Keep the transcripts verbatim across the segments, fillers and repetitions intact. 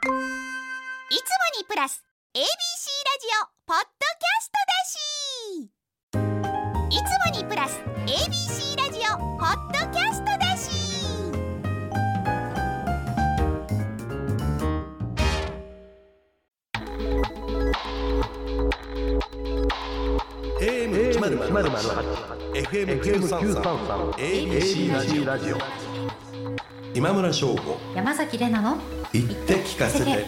いつもにプラス エービーシー ラジオポッドキャストだし、いつもにプラス エービーシー ラジオポッドキャストだし。 エーエムせんはち エフエムきゅうさんさん エービーシー ラジオ。今村翔吾、 山崎怜奈の言って聞かせて。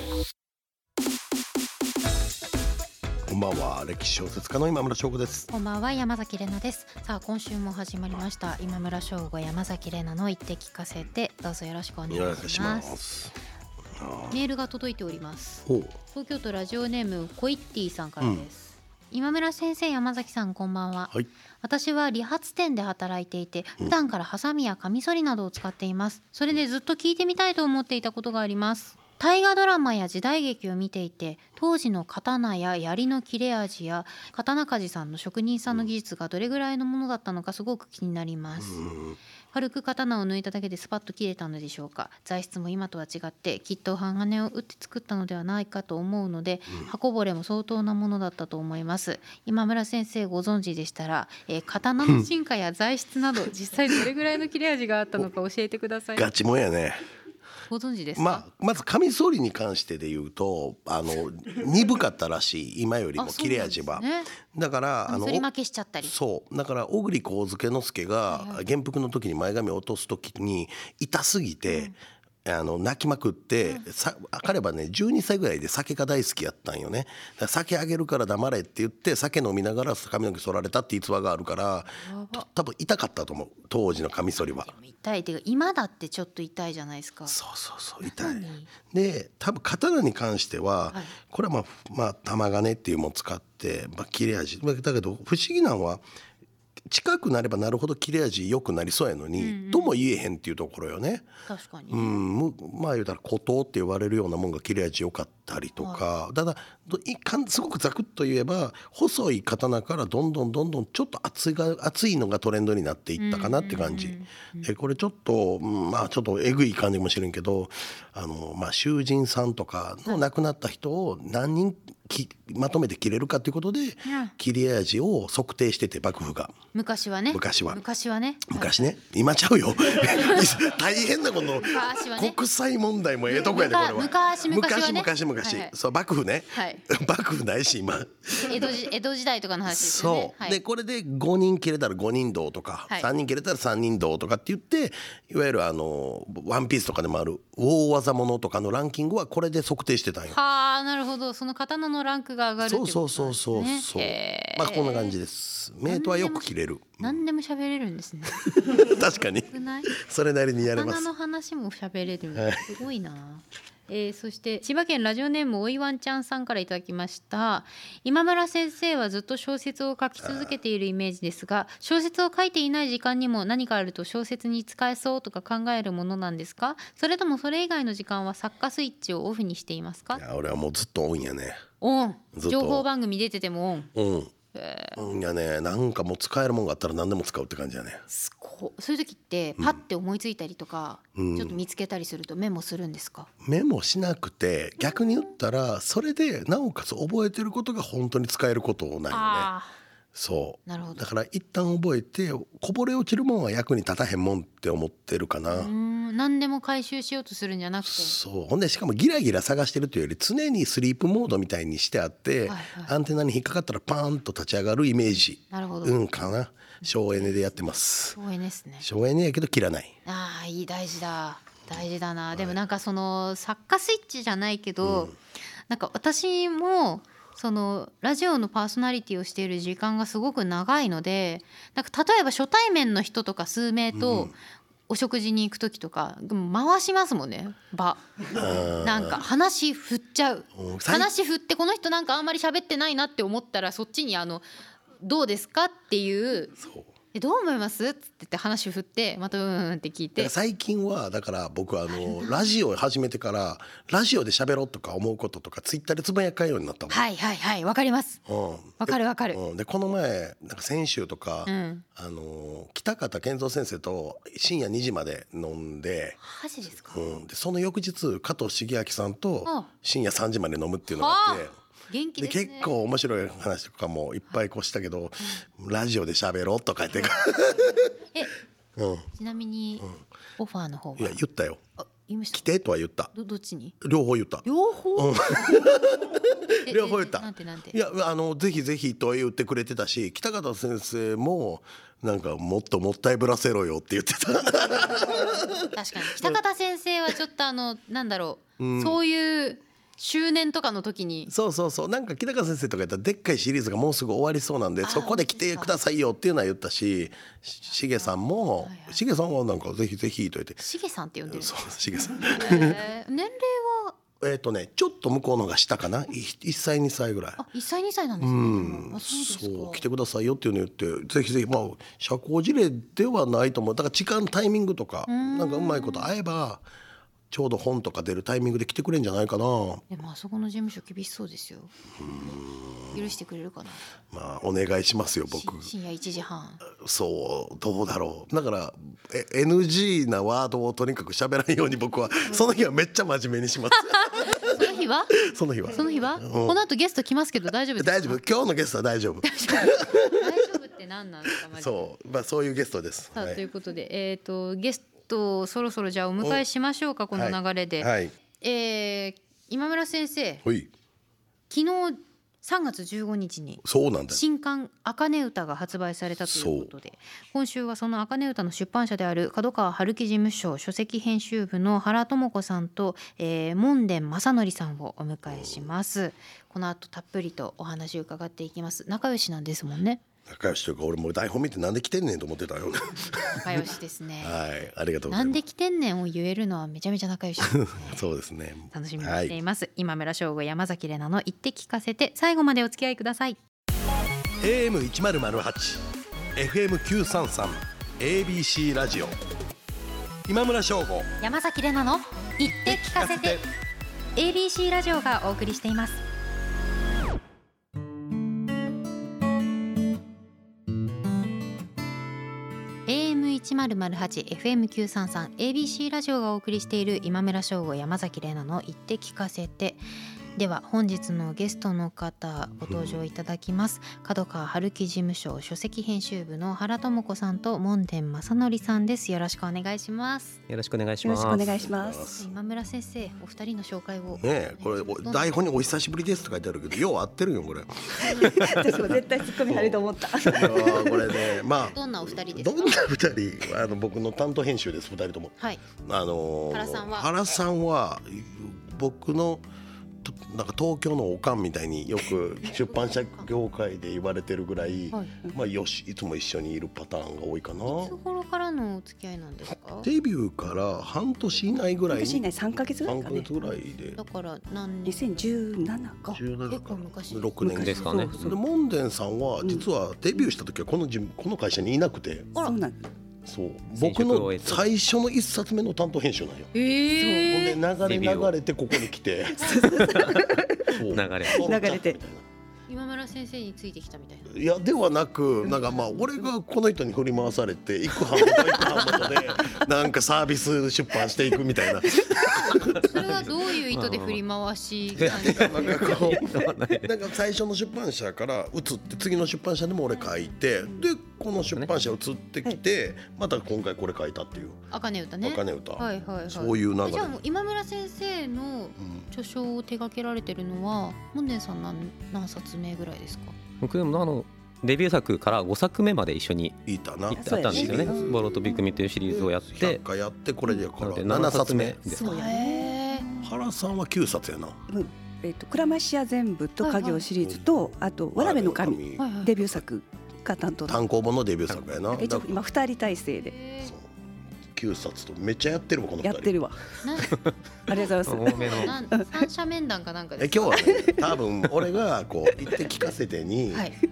こんばんは、歴史小説家の今村翔吾です。 こんばんは、山崎怜奈です。さあ、今週も始まりました今村翔吾、山崎怜奈の言って聞かせて。どうぞよろしくお願いします。 お願いします。 メールが届いております。 ほう。 東京都ラジオネームコイッティさんからです、うん、今村先生、山崎さん、こんばんは、はい、私は理髪店で働いていて、普段からハサミやカミソリなどを使っています。それでずっと聞いてみたいと思っていたことがあります。大河ドラマや時代劇を見ていて、当時の刀や槍の切れ味や刀鍛冶さんの職人さんの技術がどれぐらいのものだったのかすごく気になります。軽く刀を抜いただけでスパッと切れたのでしょうか。材質も今とは違ってきっと鋼を打って作ったのではないかと思うので、刃こぼれも相当なものだったと思います。今村先生、ご存知でしたら、えー、刀の進化や材質など実際どれぐらいの切れ味があったのか教えてください。 ガチもんやね。 ご存知ですか。 まあ、まずカミソリに関してで言うと、あの鈍かったらしい、今よりも切れ味は、ね、だからあの反り負けしちゃったり。 そうだから小栗上野之助が元服の時に前髪を落とす時に痛すぎて、うんあの泣きまくって、うん、さ彼はねじゅうにさいぐらいで酒が大好きやったんよね。だから酒あげるから黙れって言って酒飲みながら髪の毛剃られたって逸話があるから、多分痛かったと思う、当時のカミソリは。 痛いっていうか、今だってちょっと痛いじゃないですか。 そうそうそう痛い。で多分刀に関しては、はい、これはまあ、まあ、玉金っていうものを使って、まあ、切れ味だけど、不思議なのは近くなればなるほど切れ味良くなりそうやのに、うんうん、とも言えへんっていうところよね。 確かに、 うん、まあ言うたら古刀って言われるようなもんが切れ味良かったりとか、はい、ただすごくざくっと言えば細い刀からどんどんどんどんちょっと厚いが厚いのがトレンドになっていったかなって感じ、うんうんうん、えこれちょっと、うん、まあちょっとえぐい感じかもしれんけど、あの、まあ、囚人さんとかの亡くなった人を何人きまとめて切れるかということで、うん、切れ味を測定してて、幕府が昔はね昔は昔はね昔ね今ちゃうよ大変なこの、ね、国際問題もええとこやで、これは昔昔はね昔昔昔、はいはい、そう幕府ね、はい、幕府ないし今江戸時、江戸時代とかの話ですよね。 そう、はい、でこれでごにん切れたらごにん銅とか、はい、さんにん切れたらさんにん銅とかって言って、いわゆるあのワンピースとかでもある大技物とかのランキングはこれで測定してたんよ。 はあ、なるほど。その刀のランクが上がるってことですね。 そうそうそうそうそう、まあこんな感じです。メイトはよく切れる。 何でも喋れるんですね確かにそれなりにやれます。 刀の話も喋れる、はい、すごいな。えー、そして千葉県ラジオネームおいわんちゃんさんからいただきました。今村先生はずっと小説を書き続けているイメージですが、小説を書いていない時間にも何かあると小説に使えそうとか考えるものなんですか。それともそれ以外の時間は作家スイッチをオフにしていますか。 いや俺はもうずっとオンやね。 オン。情報番組出ててもオン。 うんいやね、なんかもう使えるもんがあったら何でも使うって感じやね。 すごい。そういう時ってパッて思いついたりとか、うん、ちょっと見つけたりするとメモするんですか。 メモしなくて、逆に言ったらそれでなおかつ覚えてることが本当に使えることなんよね。そうなるほど。だから一旦覚えて、こぼれ落ちるもんは役に立たへんもんって思ってるかな。 うーん、何でも回収しようとするんじゃなくて、 そうほんでしかもギラギラ探してるというより常にスリープモードみたいにしてあって、はいはい、アンテナに引っかかったらパーンと立ち上がるイメージ。 なるほど。 うんかな。省エネでやってます。 省エネですね。 省エネやけど切らない。 ああ、いい、大事だ大事だな、はい、でもなんかその作家スイッチじゃないけど、うん、なんか私もそのラジオのパーソナリティをしている時間がすごく長いので、なんか例えば初対面の人とか数名とお食事に行く時とか回しますもんね、場なんか話振っちゃう。話振ってこの人なんかあんまり喋ってないなって思ったらそっちにあのどうですかっていうえどう思いますって言って話を振ってまたうんうんって聞いて、 最近はだから僕はあのラジオを始めてからラジオで喋ろうとか思うこととかツイッターでつぶやかんようになったもん。 はいはいはいわかります。 うん、 わかるわかる。 うん、でこの前なんか先週とか、 うん、 あの北方健三先生と深夜にじまで飲んで、 マジですか。 うん、でその翌日加藤茂明さんと深夜さんじまで飲むっていうのがあって。 元気ですね。 で結構面白い話とかもいっぱいこうしたけど、うん、ラジオで喋ろうとか言ってえ、 うん、 ちなみに、うん、オファーの方は。 いや言ったよ。 あ、言いました。 来てとは言った。 ど、どっちに？ 両方言った。 両方？うん、 両方言った。 なんてなんて。 いやあのぜひぜひと言ってくれてたし、北方先生もなんかもっともったいぶらせろよって言ってた。確かに北方先生はちょっとあのなんだろう、うん、そういう周年とかの時にそうそうそうなんか北方先生とか言ったらでっかいシリーズがもうすぐ終わりそうなんでそこで来てくださいよっていうのは言ったし、しげさんもしげさんはなんかぜひぜひと言ってしげさんって呼んでる。 そうしげさん、 えー、年齢はえっとねちょっと向こうのが下かな、いっさいにさいぐらい。 あいっさいにさいなんですね。うんあそうですか。 そう来てくださいよっていうのを言ってぜひぜひまあ社交辞令ではないと思う。だから時間タイミングとかなんかうまいこと合えばちょうど本とか出るタイミングで来てくれんじゃないかな。 でもあそこの事務所厳しそうですよ。許してくれるかな。 まあお願いしますよ僕。 深夜いちじはん。 そうどうだろう。だからえ エヌジー なワードをとにかく喋らないように僕はその日はめっちゃ真面目にします。 その日は？その日は？その日は？うん、この後ゲスト来ますけど大丈夫ですか？ 大丈夫。今日のゲストは大丈夫。 大丈夫って何なんですか？マジで。 そうまあそういうゲストです。 さあ、 はい、 ということでえっ、ー、とゲストとそろそろじゃあお迎えしましょうかこの流れで、はいはい、えー、今村先生昨日さんがつじゅうごにちに新刊あかね歌が発売されたということで今週はそのあかね歌の出版社である角川春樹事務所書籍編集部の原智子さんと、えー、門田正則さんをお迎えします。この後たっぷりとお話を伺っていきます。仲良しなんですもんね。 仲良しというか俺もう台本見てなんで来てんねんと思ってたよ。 仲良しですね。 はいありがとうございます。 なんで来てんねんを言えるのはめちゃめちゃ仲良しですね。 そうですね。 楽しみにしています、はい、今村翔吾山崎怜奈の言って聞かせて最後までお付き合いください。 エーエムせんはち エフエムきゅうさんさん エービーシー ラジオ今村翔吾山崎怜奈の言って聞かせて エービーシー ラジオがお送りしています。エーエムせんはち エフエムきゅうさんさん エービーシー ラジオがお送りしている今村翔吾山崎怜奈の言って聞かせて。では本日のゲストの方ご登場いただきます。角川春樹事務所書籍編集部の原智子さんと門田正則さんです。よろしくお願いします。 よろしくお願いします。 よろしくお願いします。 今村先生お二人の紹介をねえこれ台本にお久しぶりですと書いてあるけどよう合ってるよこれ。 私も絶対ツッコミ入ると思った。 これねまあどんなお二人ですか？ どんな二人あの僕の担当編集です二人とも。 はい。 あの原さんは原さんは僕のなんか東京のおかんみたいによく出版社業界で言われてるぐらい、はい、まあよしいつも一緒にいるパターンが多いかな。 いつ頃からのお付き合いなんですか？ デビューから半年以内ぐらいに。 半年以内さんかげつぐらいかね。 さんかげつぐらいで。 だから何年？ にせんじゅうななか。 じゅうなな結構昔。 ろくねんですかね。 それ門田さんは実はデビューした時はこのじこの会社にいなくて。 そうなんです。 そう僕の最初の一冊目の担当編集なんよ。 えー、 そうで流れ流れてここに来て流れ流れて今村先生についてきたみたいな。 いやではなくなんかまあ俺がこの人に振り回されて行くはんと行くはんとでなんかサービス出版していくみたいな。 それはどういう意図で振り回しなんかこうなんか最初の出版社から移って次の出版社でも俺書いてでこの出版社移ってきてまた今回これ書いたっていうあかね歌ね。 あかね歌、 はいはいはい、 そういう流れ。 じゃあもう今村先生の著書を手掛けられてるのは門田さん 何, 何冊目ぐらいですか？ 僕もあのデビュー作からごさくめまで一緒にいたなあったんですよね。ボロとビクミというシリーズをやってひゃっかいやってこれでからななさつめです。 そうやね。 原さんはきゅうさつやな。 うんえー、と鞍馬市屋全部と家業シリーズと、はいはい、あとわらべの神、はいはい、デビュー作が担当単行本のデビュー作やな。 一応今ふたり体制できゅうさつとめっちゃやってるわこのふたり。 やってるわありがとうございます。三者面談かなんかですか？え今日はね多分俺がこう言って聞かせてに、はい、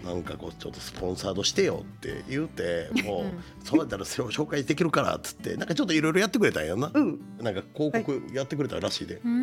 なんかこうちょっとスポンサードしてよって言うて、もうそうやったら紹介できるからっつってなんかちょっといろいろやってくれたんやな、うん、なんか広告やってくれたらしいで、うん、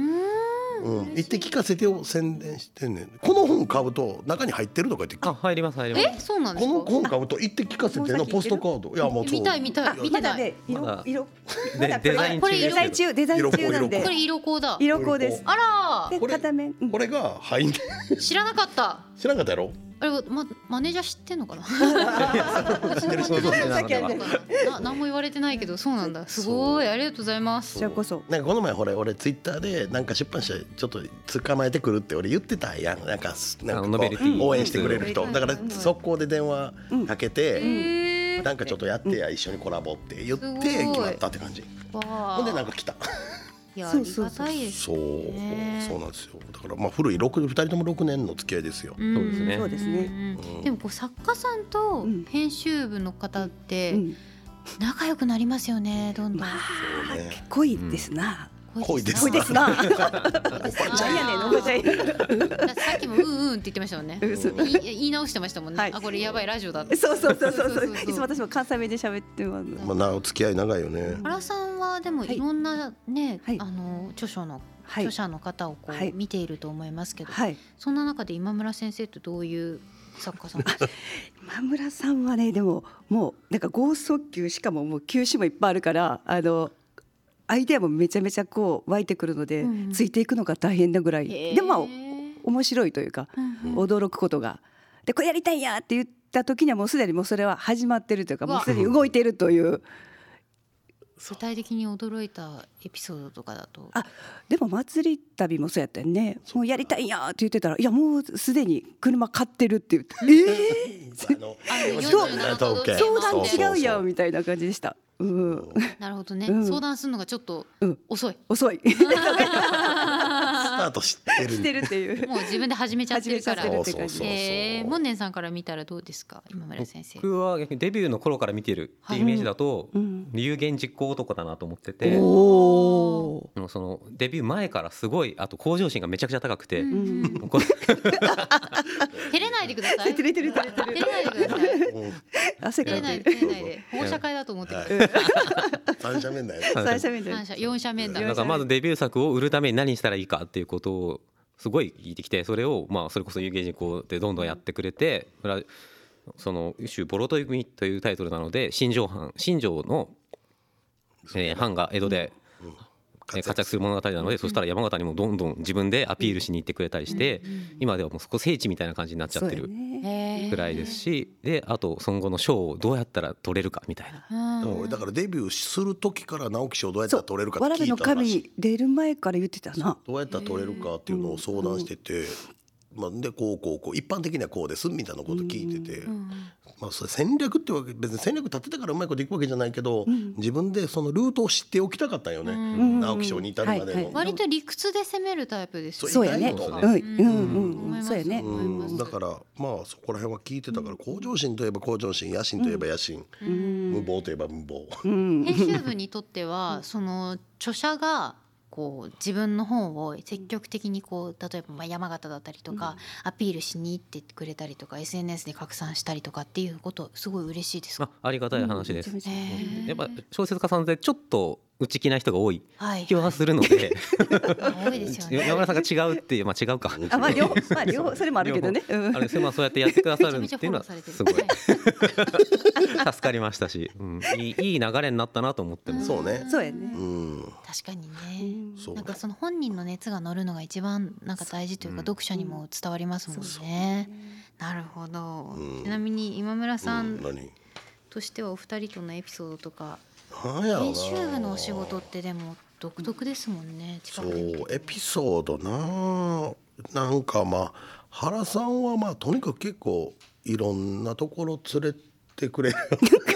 言って聞かせてを宣伝してんねん。この本買うと中に入ってるとか言って、 あ、入ります入ります。 え、そうなんですか。 この本買うと言って聞かせてのポストカード、いやもう見たい見たい見てない。 色色デザイン中デザイン中デザイン中なんで、 これ色コーだ。 色コーです。 あら、 これこれが入んねん。 知らなかった。 知らなかったやろ。 あれ、ま、マネージャー知ってんのかな。 知ってる人な、何も言われてないけど、そうなんだ。すごい、ありがとうございます。 じゃこそ。 なんかこの前ほれ俺ツイッターでなんか出版社ちょっと捕まえてくるって俺言ってたやん。なんかなんかこう応援してくれる人だから速攻で電話かけて、なんかちょっとやってや一緒にコラボって言って決まったって感じ。ほんでなんか来た。 いや、ありがたいです。 そうそうなんですよ。だからまあ古い六二人とも六年の付き合いですよ。 そうですね。 そうですね。 でもこう作家さんと編集部の方って仲良くなりますよね。どんどん。 濃いですな。 濃いです濃いですな。 何やねん、おばちゃん。さっきもうんうんって言ってましたもんね。言い直してましたもんね。あ、これやばいラジオだって。 そうそうそうそう。いつも私も関西弁で喋ってます。 まあなお付き合い長いよね。 原さんはでもいろんなね、あの著書の著者の方をこう見ていると思いますけど、そんな中で今村先生ってどういう作家さんですか？ 今村さんはね、でももうなんか剛速球、しかももう球種もいっぱいあるから、あのアイデアもめちゃめちゃこう湧いてくるので、うん、ついていくのが大変なぐらいでも面白いというか、うんうん、驚くことがで、これやりたいんやって言った時にはもうすでにもうそれは始まってるというか、もうすでに動いているという。 具体的に驚いたエピソードとかだと、 あ、でも祭り旅もそうやったよね。もうやりたいんやって言ってたら、いやもうすでに車買ってるって言って、えー、相談違うやんみたいな感じでした。うん、 なるほどね、うん、相談するのがちょっと遅い、 うん、遅いスタートしてるしてるっていう、 もう自分で始めちゃってるから。 そうそうそうそう、 えー、モンネンさんから見たらどうですか、今村先生。 僕は逆にデビューの頃から見てるっていうイメージだと、はい、うん、有言実行男だなと思ってて、おー、そのデビュー前からすごい、あと向上心がめちゃくちゃ高くて、うん、照れないでください。 照れてる照れてる照れないでください。 汗かいてる。 照れないで、放射会だと思ってる。 三者面だよ。 三者面だよ。 四者面だ。 だからまずデビュー作を売るために何したらいいかっていうことをすごい聞いてきて、それをまあそれこそ有言実行でどんどんやってくれて、その一種ボロト組というタイトルなので、新庄藩新庄の藩が江戸で活躍する物語なので、そしたら山形にもどんどん自分でアピールしに行ってくれたりして、今ではもうそこ聖地みたいな感じになっちゃってるくらいですし、であとその後の賞をどうやったら取れるかみたいな。 でも俺だからデビューする時から直木賞どうやったら取れるかって聞いた話。 わらべの神出る前から言ってたな。 どうやったら取れるかっていうのを相談してて、まあ、でこうこうこう一般的にはこうですみたいなこと聞いてて、まあ、それ戦略ってわけ、別に戦略立てたからうまいこといくわけじゃないけど、自分でそのルートを知っておきたかったよね、直木賞に至るまでの。 割と理屈で攻めるタイプですよね。 そうやね。うんうん、そうやね。 だからまあそこら辺は聞いてたから、向上心といえば向上心、野心といえば野心、無謀といえば無謀。 編集部にとってはその著者がこう自分の本を積極的にこう、例えばまあ山形だったりとかアピールしに行ってくれたりとか、 エスエヌエス で拡散したりとかっていうこと、すごい嬉しいですか？ あ, ありがたい話です、うん、やっぱ小説家さんってちょっと内気な人が多い気はするので、 多いですよね。 山村さんが違うっていう、まあ違うか、 あ、まあ両方、まあ両方それもあるけどね、 あれ、まあそうやってやってくださるっていうのはすごい助かりましたし、うん、いい、いい流れになったなと思ってます。 そうね、 そうやね、 うん、 確かにね、うん、なんかその本人の熱が乗るのが一番なんか大事というか、読者にも伝わりますもんね。なるほど、うん、ちなみに今村さんとしてはお二人とのエピソードとか、編集部のお仕事ってでも独特ですもんね。 そうエピソードな、なんかまあ原さんはまあとにかく結構いろんなところ連れてくれる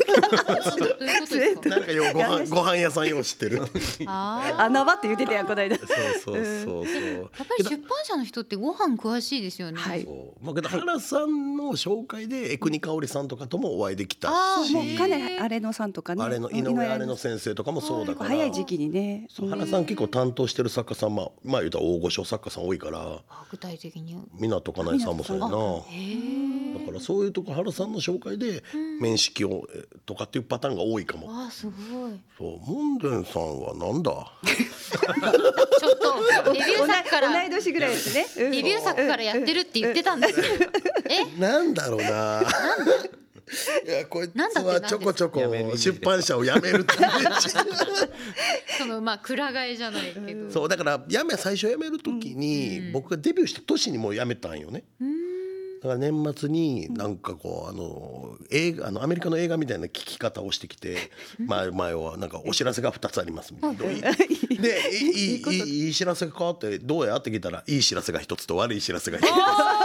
なんかようご飯ご飯屋さんよう知ってるあ穴場って言ってたやんこの間。 そうそうそうそう、 やっぱり出版社の人ってご飯詳しいですよね。 はい、 そうまあけど原さんの紹介で江国香織さんとかともお会いできたし、 もうかねあれのさんとかね、 あれの井上あれの先生とかもそうだから、 早い時期にね、 原さん結構担当してる作家さん、まあまあ言うたら大御所作家さん多いから、 具体的に湊かなえさんもそうやな。だからからそういうとこ原さんの紹介で面識をとかっていうパターンが多いかも。 わあすごい。 そう門田さんはなんだちょっとデビュー作から同い年ぐらいですね。うんデビュー作からやってるって言ってたんですよ。えなんだろうな。いやこいつなんだってはちょこちょこやめる意味で出版社を辞めるっていうそのまあくら替えじゃないけど。 そうだから辞め最初辞める時に僕がデビューした年にもう辞めたんよね。だから年末になんかこうあの映画あのアメリカの映画みたいな聞き方をしてきて前前はなんかお知らせがふたつありますみたいな。でいいいいいいいい知らせかってどうやって聞いたらいい知らせが一つと悪い知らせが一つ。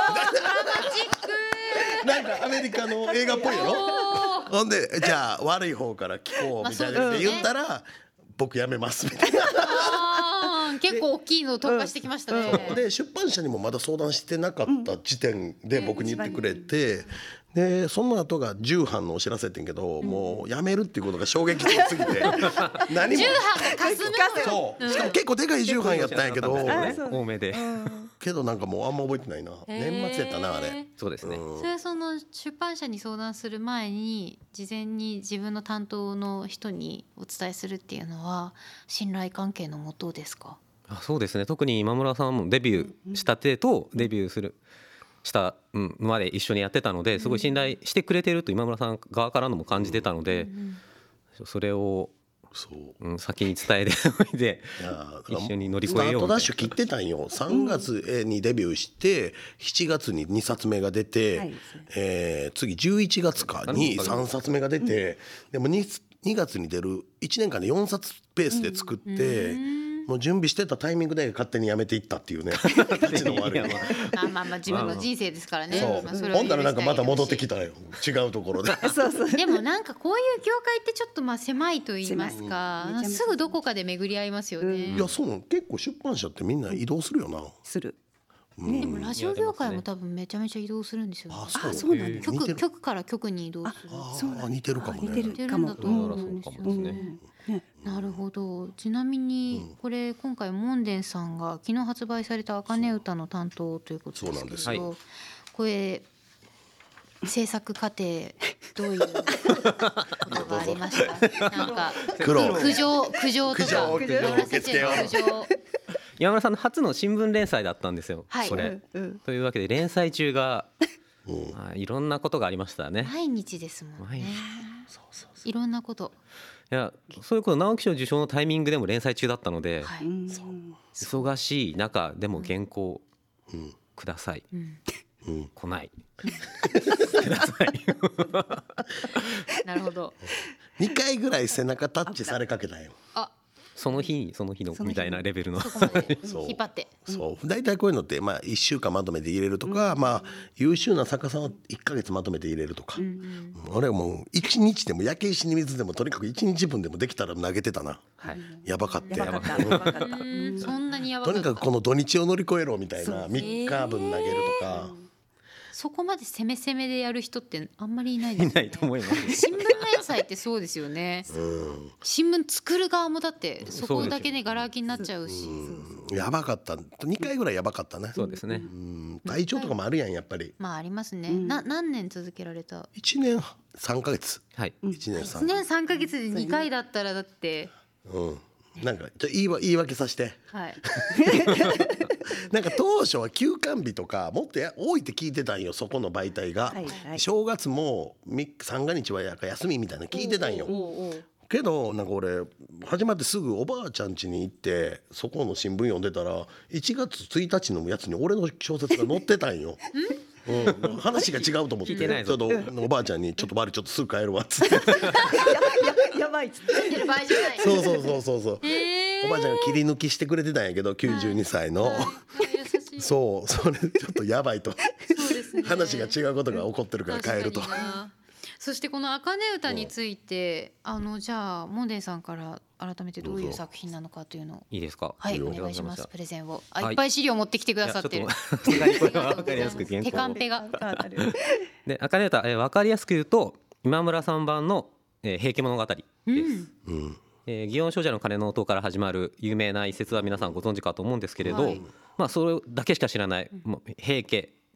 なんかアメリカの映画っぽいやろ。ほんでじゃあ悪い方から聞こうみたいなって言ったら僕辞めますみたいな。 あー結構大きいの突破してきましたね。 で出版社にもまだ相談してなかった時点で僕に言ってくれて、でその後が重版のお知らせってんけど、もう辞めるっていうことが衝撃的すぎて何も重版がかすむのよ。 そうしかも結構でかい重版やったんやけどね多めでけどなんかもうあんま覚えてないな。年末やったなあれ。 へーそうですね。 それはその出版社に相談する前に事前に自分の担当の人にお伝えするっていうのは信頼関係のもとですか？ あそうですね。特に今村さんもデビューしたてとデビューするしたうんまで一緒にやってたのですごい信頼してくれてると今村さん側からのも感じてたので、それをそううん先に伝えておいていやだから一緒に乗り越スターえようみたいなトダッシュ切ってたんよ。さんがつにデビューしてしちがつににさつめが出て、 はいえー次じゅういちがつかにさんさつめが出て、でも 2, にがつに出るいちねんかんでよんさつペースで作って、もう準備してたタイミングで勝手にやめていったっていうね立ちの悪い。 いやままあまあまあ自分の人生ですからね。 そう、 まあそれはほんだらなんかまた戻って許しきたよ違うところで。 そうそう。 でもなんかこういう業界ってちょっとまあ狭いと言いますか、 狭いめちゃめちゃすぐどこかで巡り合いますよね。 いやそうなの結構出版社ってみんな移動するよな。 する。 でもラジオ業界も多分めちゃめちゃ移動するんですよね。 あそうあそうなんです。 似てる局局から局に移動する。 あそうなんだ似てるかもね。 似てるかも。 似てるんだと思うんですよそうかもですねね。 なるほど。ちなみにこれ今回モンデンさんが昨日発売された茜歌の担当ということですけそうなんですど、 よこれ制作過程どういうことがありました？なんか苦労苦情苦情とか苦情苦情野村先生の苦情。 今村さんの初の新聞連載だったんですよ、 はいこれ、 うんうんというわけで連載中が、 うんまあ、いろんなことがありましたね。 毎日ですもんね毎日。 そうそうそいろんなこと。 いやそれこそ直木賞受賞のタイミングでも連載中だったので、 はい。 うん忙しい中でも原稿う、うんください、 うん。 うん、 来ないくださいなるほど。 にかいぐらい背中タッチされかけたよ。 あ、 その日その日のその日みたいなレベルのそこまでそう引っ張って。 そう大体こういうのってまあいっしゅうかんまとめて入れるとか、まあ優秀な作家さんはいっかげつまとめて入れるとか、俺はもういちにちでも焼け石に水でもとにかくいちにちぶんでもできたら投げてたな。 はい、 やばかったよやばかった。やばかった。 うんそんなにやばかった。 とにかくこの土日を乗り越えろみたいなみっかぶん投げるとか、 そこまで攻め攻めでやる人ってあんまりいないですよね。 いないと思います新聞連載ってそうですよね。 うん新聞作る側もだってそこだけそうですでガラ空きになっちゃうし。 うんやばかったにかいぐらいやばかったね。 そうですね、 うん体調とかもあるやんやっぱり。 まあありますね。 うんな何年続けられた？ いちねんさんかげつはい、 いちねんさん一年三ヶ月で二回だったらだってうんなんかちょ言いわ言い訳させて。 はい。 なんか当初は休館日とかもっとや多いって聞いてたんよそこの媒体が、 はいはい正月も三が日はやか休みみたいなの聞いてたんよ。 おうおうけどなんか俺始まってすぐおばあちゃん家に行ってそこの新聞読んでたらいちがつついたちのやつに俺の小説が載ってたんよ。うん、話が違うと思って聞いてないぞちょっとおばあちゃんに「ちょっと悪いちょっとすぐ帰るわ」っつってややばいっつって。 言ってる場合じゃない。 そうそうそうそうそうへーおばあちゃんが切り抜きしてくれてたんやけどきゅうじゅうにさいの、 はい優しい。 そうそれちょっとやばいとそうですね。 話が違うことが起こってるから帰ると。 確かにな。そしてこの茜歌についてあのじゃあモンデンさんから改めてどういう作品なのかというのをいいですか。 はいいいよお願いしますプレゼンをあはいいっぱい資料持ってきてくださってるいやちょっとさすがにこれは分かりやすく原稿を手カンペがあある。 で茜歌、えー、分かりやすく言うと今村さん版の、えー、平家物語です、 うんうんえー、祇園精舎の鐘の音から始まる有名な一節は皆さんご存知かと思うんですけれど、 はいまあそれだけしか知らない、もう平家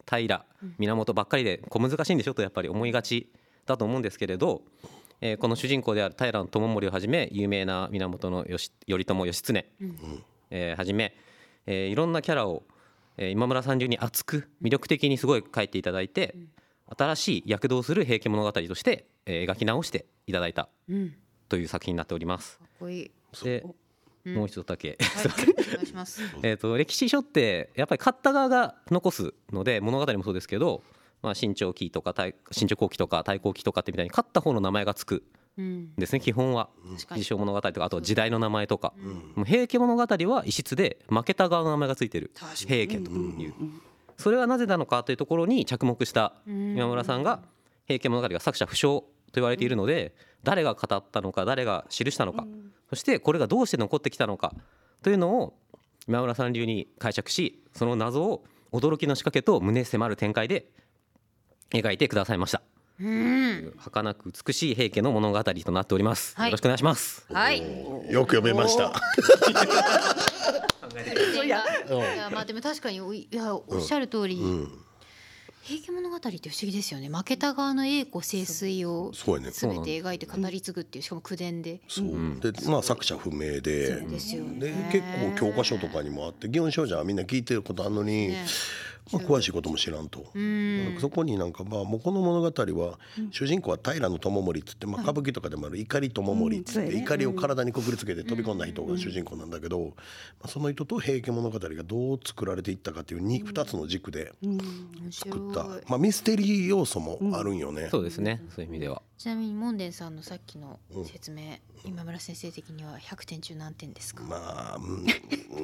平源ばっかりで小難しいんでしょとやっぱり思いがちだと思うんですけれど、えー、この主人公である平知盛をはじめ有名な源頼朝義経、うんえー、はじめ、えー、いろんなキャラを、えー、今村さん流に熱く魅力的にすごい書いていただいて、うん、新しい躍動する平家物語として、えー、描き直していただいたという作品になっております。 かっこいい。 でもう一度だけ、 はい、お願いしますえーと歴史書ってやっぱり勝った側が残すので物語もそうですけど、まあ、新朝期とか新朝後期とか太閤期とかってみたいに勝った方の名前がつくんですね、うん、基本は自称物語とかあと時代の名前とか、うん、平家物語は異質で負けた側の名前がついてる平家という、それはなぜなのかというところに着目した今村さんが平家物語が作者不詳と言われているので、誰が語ったのか誰が記したのか、そしてこれがどうして残ってきたのかというのを今村さん流に解釈し、その謎を驚きの仕掛けと胸迫る展開で描いてくださいました。うん、儚く美しい平家の物語となっております、はい、よろしくお願いします。 はい、 よく読めました。 いやまあでも確かにいやおっしゃる通り、うんうん、平家物語って不思議ですよね。負けた側の栄枯盛衰を全て描いて語り継ぐっていう、しかも口伝で、 そうで、まあ、作者不明で、 そうですよね、 で結構教科書とかにもあって祇園精舎はみんな聞いてることあるのに、ね、まあ、詳しいことも知らんと、んそこになんか、まあ、もうこの物語は主人公は平知盛っつって、まあ、歌舞伎とかでもある怒り知盛っつって怒りを体にくくりつけて飛び込んだ人が主人公なんだけど、まあ、その人と平家物語がどう作られていったかっていう 2, 2つの軸で作った、まあ、ミステリー要素もあるんよね、うん、 そうですね、そういう意味では。 ちなみに門田さんのさっきの説明、うん、今村先生的にはひゃくてん中何点ですか？ まあ、うん、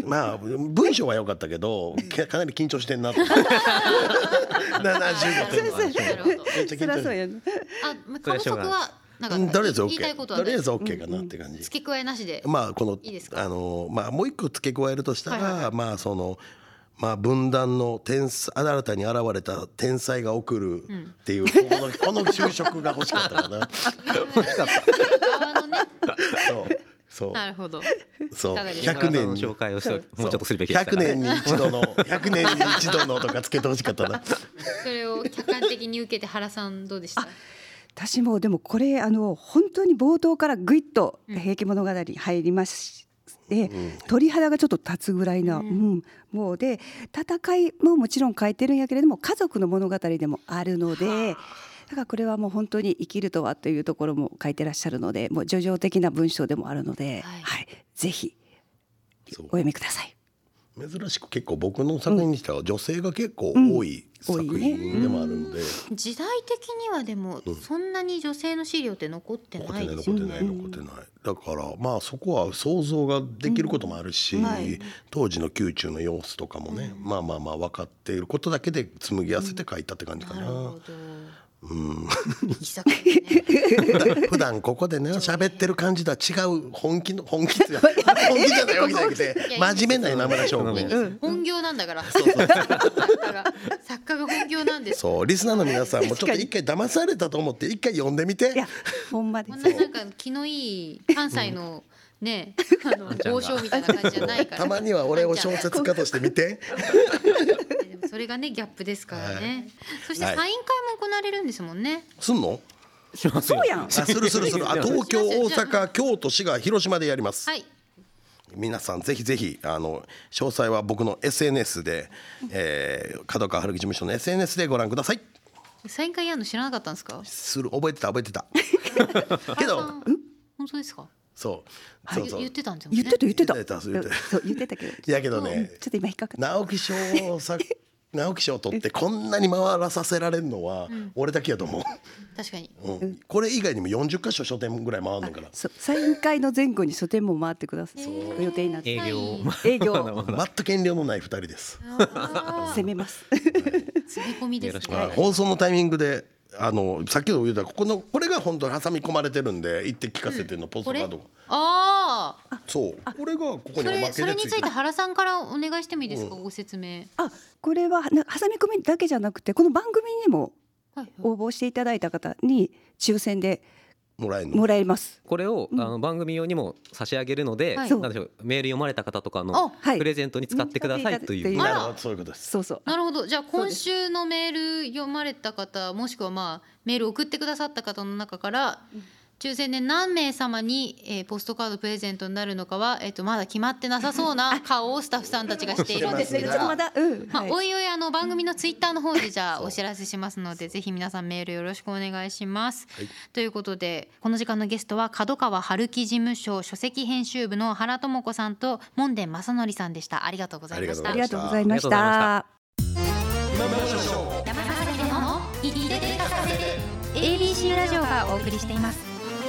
まあ文章は良かったけど、うん、かなり緊張してんなとななじゅうごてんはめっちゃ緊張してる。 あ、監督はなんかとりあえず OK、 言いたいことは、ね、 とりあえず OK かなって感じ、うん、 付け加えなしで、 まあこのいいですか？あの、まあ、もう一個付け加えるとしたら、はいはいはい、まあそのまあ、分断の天才、新たに現れた天才が送るっていう、うん、このこの就職が欲しかったかな欲しかった側のねそうそうなるほど、 そうひゃくねんに紹介をしてもうちょっとするべきですかひゃくねんに一度のひゃくねんに一度のとかつけてほしかったなそれを客観的に受けて原さんどうでした？ 私もでもこれあの本当に冒頭からぐいっと平家物語に入りますで、うん、鳥肌がちょっと立つぐらいな、うんうん、もうで戦いももちろん書いてるんやけれども家族の物語でもあるので、だからこれはもう本当に生きるとはというところも書いてらっしゃるので、もう叙情的な文章でもあるので、はいはい、ぜひお読みください。 珍しく結構僕の作品にしては女性が結構多い作品でもあるので、 うん、時代的にはでもそんなに女性の資料って残ってないですよね。 残ってない残ってない、だからまあそこは想像ができることもあるし、うんはい、当時の宮中の様子とかもね、うん、まあまあまあ分かっていることだけで紡ぎ合わせて書いたって感じかな、うん、なるほど、うん、普段ここでね喋ってる感じとは違う本気の本気って本気じゃないわけじゃなくて真面目な今村翔吾、うん、 本業なんだからそうそう作家が作家が本業なんです。 そうリスナーの皆さんもちょっと一回騙されたと思って一回読んでみて。 いやほんまです。 なんか気のいい関西のね、あの豪商みたいな感じじゃないからたまには俺を小説家として見てそれがねギャップですからね、はい、そしてサイン会も行われるんですもんね。 すんの？ そうやん。 あするするするあ東京大阪京都滋賀広島でやります、 はい、 皆さんぜひぜひあの詳細は僕の エスエヌエス で、えー、角川春樹事務所の エスエヌエス でご覧ください。 サイン会やるの知らなかったんですか？ する覚えてた覚えてたけど本当ですか？ そうそうそう言ってたんですよね。 言ってた言ってた言ってたそう言ってたけどいやけどねちょっと今引っかかった。 直木賞をさ直木賞を取ってこんなに回らさせられるのは俺だけやと思う、うん、 確かに、 うん、これ以外にもよんじゅっかしょ書店ぐらい回るのから。 そうサイン会の前後に書店も回ってください、えー、予定になって営業営業全く権利のないふたりです攻めます詰め込みですね、 はい、放送のタイミングであの先ほど言ったここのこれが本当に挟み込まれてるんで言って聞かせてのポストカード、うん、 ああそうこれがここにおまけでついてる。 それについて原さんからお願いしてもいいですか、うん、ご説明。 あこれは挟み込みだけじゃなくてこの番組にも応募していただいた方に抽選でもらえるのもらえます。 これを、 うん、 あの番組用にも差し上げるので、 はい、 なんでしょう、メール読まれた方とかのプレゼントに使ってくださいという、 うん、 なるほど、そういうことです。 そうそう。 なるほど。じゃあ今週のメール読まれた方、もしくはまあメール送ってくださった方の中から抽選で何名様に、えー、ポストカードプレゼントになるのかは、えー、とまだ決まってなさそうな顔をスタッフさんたちがしているんですけどまだ、うんまあ、 はい、 おいおいあの番組のツイッターの方でじゃあお知らせしますのでぜひ皆さんメールよろしくお願いします、はい、ということでこの時間のゲストは角川春樹事務所書籍編集部の原智子さんと門田正則さんでした。ありがとうございました。 ありがとうございました。 山崎の言って聞かせて エービーシー ラジオがお送りしています。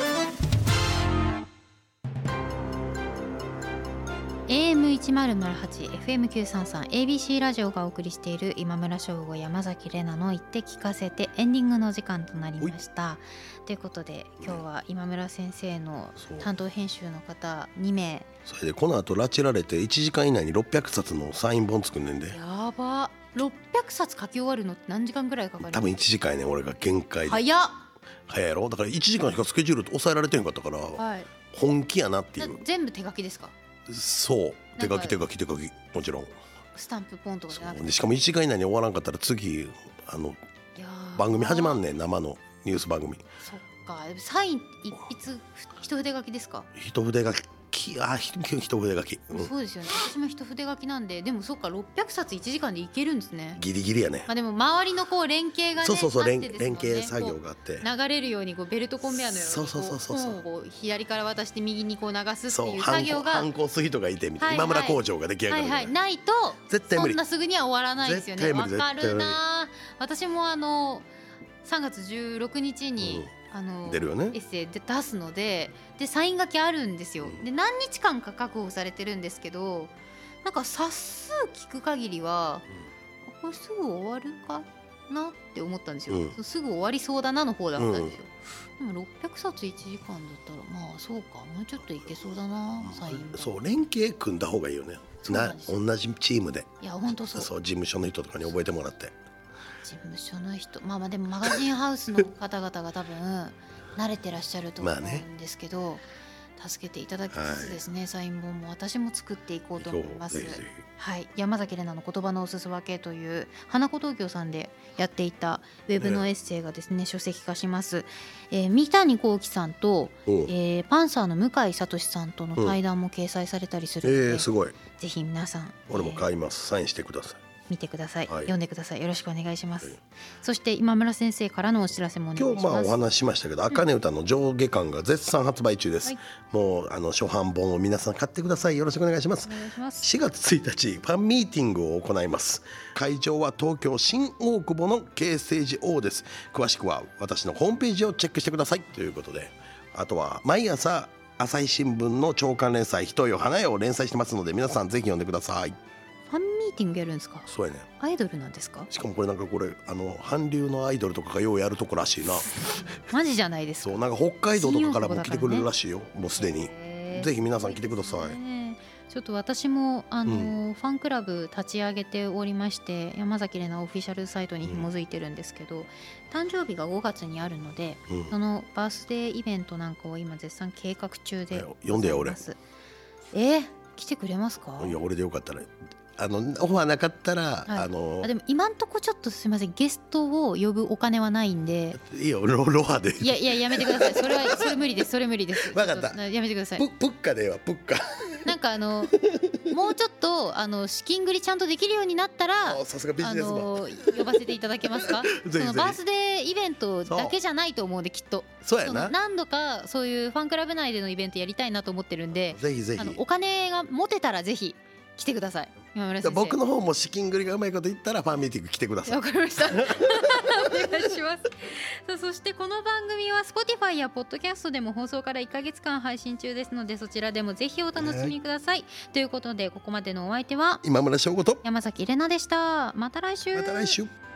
エーエムせんはち エフエムきゅうさんさん エービーシー ラジオがお送りしている今村翔吾山崎怜奈の言って聞かせてエンディングの時間となりました。ということで今日は今村先生の担当編集の方にめい、 それでこの後拉致られていちじかん以内にろっぴゃくさつのサイン本作んねんで。 やば、ろっぴゃくさつ書き終わるのって何時間ぐらいかかる？ 多分いちじかんやねん俺が限界で。 早っ。 早いやろ。だからいちじかんしかスケジュールって抑えられてんかったから、はい、本気やなっていう。 全部手書きですか？ そう手書き手書き手書きもちろんスタンプポンとかじゃなくて。 でしかもいちじかん以内に終わらんかったら次あの番組始まんねん、生のニュース番組。 そっか。サイン一筆一筆書きですか？ 一筆書きあ一筆書き、 うん、そうですよね。私も一筆書きなんで。でもそっかろっぴゃくさついちじかんでいけるんですね。 ギリギリやね。 まあでも周りのこう連携がね、 そうそうそう、 連連携作業があって流れるようにこうベルトコンベヤーのようにそうそうそうそうこう左から渡して右にこう流すっていう作業が反抗する人がいてみたいな、はいはい、今村工場が出来上がる、 はいはい、ないと絶対無理。 そんなすぐには終わらないですよね。わかるな。私もあのさんがつじゅうろくにちに、うんあの出るよね、 エッセイで出すので、でサイン書きあるんですよ。で何日間か確保されてるんですけど、なんか冊数聞く限りは、うん、これすぐ終わるかなって思ったんですよ、うん、すぐ終わりそうだなの方だったんですよ、うん、でもろっぴゃくさついちじかんだったらまあそうか、もうちょっといけそうだな、サイン。 そう連携組んだ方がいいよね。な同じチームで。 いや本当そう。 そう事務所の人とかに覚えてもらって。 事務所の人、まあまあでもマガジンハウスの方々が多分慣れてらっしゃると思うんですけど、まあね、助けていただきつつですね、はい、サイン本も私も作っていこうと思います。はい、山崎怜奈の言葉のおすす分けという花子東京さんでやっていたウェブのエッセイがですね、ね書籍化します。えー、三谷幸喜さんと、えー、パンサーの向井聡さんとの対談も掲載されたりするので、 うんえー、すごい。 ぜひ皆さん俺も買います、えー、サインしてください。 見てください、 はい、 読んでください。よろしくお願いします、はい、そして今村先生からのお知らせもお願いします。 今日まあお話ししましたけど、あかね歌の上下巻が絶賛発売中です、はい、もうあの初版本を皆さん買ってください。よろしくお願いします。 お願いします。 しがつついたちファンミーティングを行います。会場は東京新大久保の K ステージ O です。詳しくは私のホームページをチェックしてくださいということで、あとは毎朝朝日新聞の朝刊連載人よ花よを連載してますので、皆さんぜひ読んでください。 ファンミーティングやるんですか？ そうやね。 アイドルなんですか？ しかもこれなんかこれあの韓流のアイドルとかがようやるとこらしいなマジじゃないですか。 そうなんか北海道とかからも来てくれるらしいよ、もうすでに。ぜひ皆さん来てください。 ちょっと私もあの、うん、ファンクラブ立ち上げておりまして、山崎怜奈オフィシャルサイトに紐づいてるんですけど、うん、誕生日がごがつにあるので、うん、そのバースデーイベントなんかを今絶賛計画中でございます。 読んでよ俺。 えー、来てくれますか？ いや俺でよかったら、あのオファーなかったら、 はい、 あのあでも今んとこちょっとすみません、ゲストを呼ぶお金はないんで。 いいよ ロ, ロハで。 いやいややめてください。それはそれ無理ですそれ無理です。 分かった。 やめてください。 プ, プッカではプッカ。 なんかあのもうちょっとあの資金繰りちゃんとできるようになったら、 さすがビジネスマン、あの呼ばせていただけますか？ぜひぜひ。そのバースデーイベントだけじゃないと思うんで、きっと。 そうやな。 何度かそういうファンクラブ内でのイベントやりたいなと思ってるんで、 ぜひぜひ。 あのお金が持てたらぜひ来てください。今村先生。 僕の方も資金繰りがうまいこと言ったらファンミーティング来てください。 わかりました。お願いします。さあそしてこの番組は Spotify や Podcast でも放送からいっかげつかん配信中ですので、そちらでもぜひお楽しみください、えー、ということでここまでのお相手は今村翔吾と山崎怜奈でした。また来週。 また来週。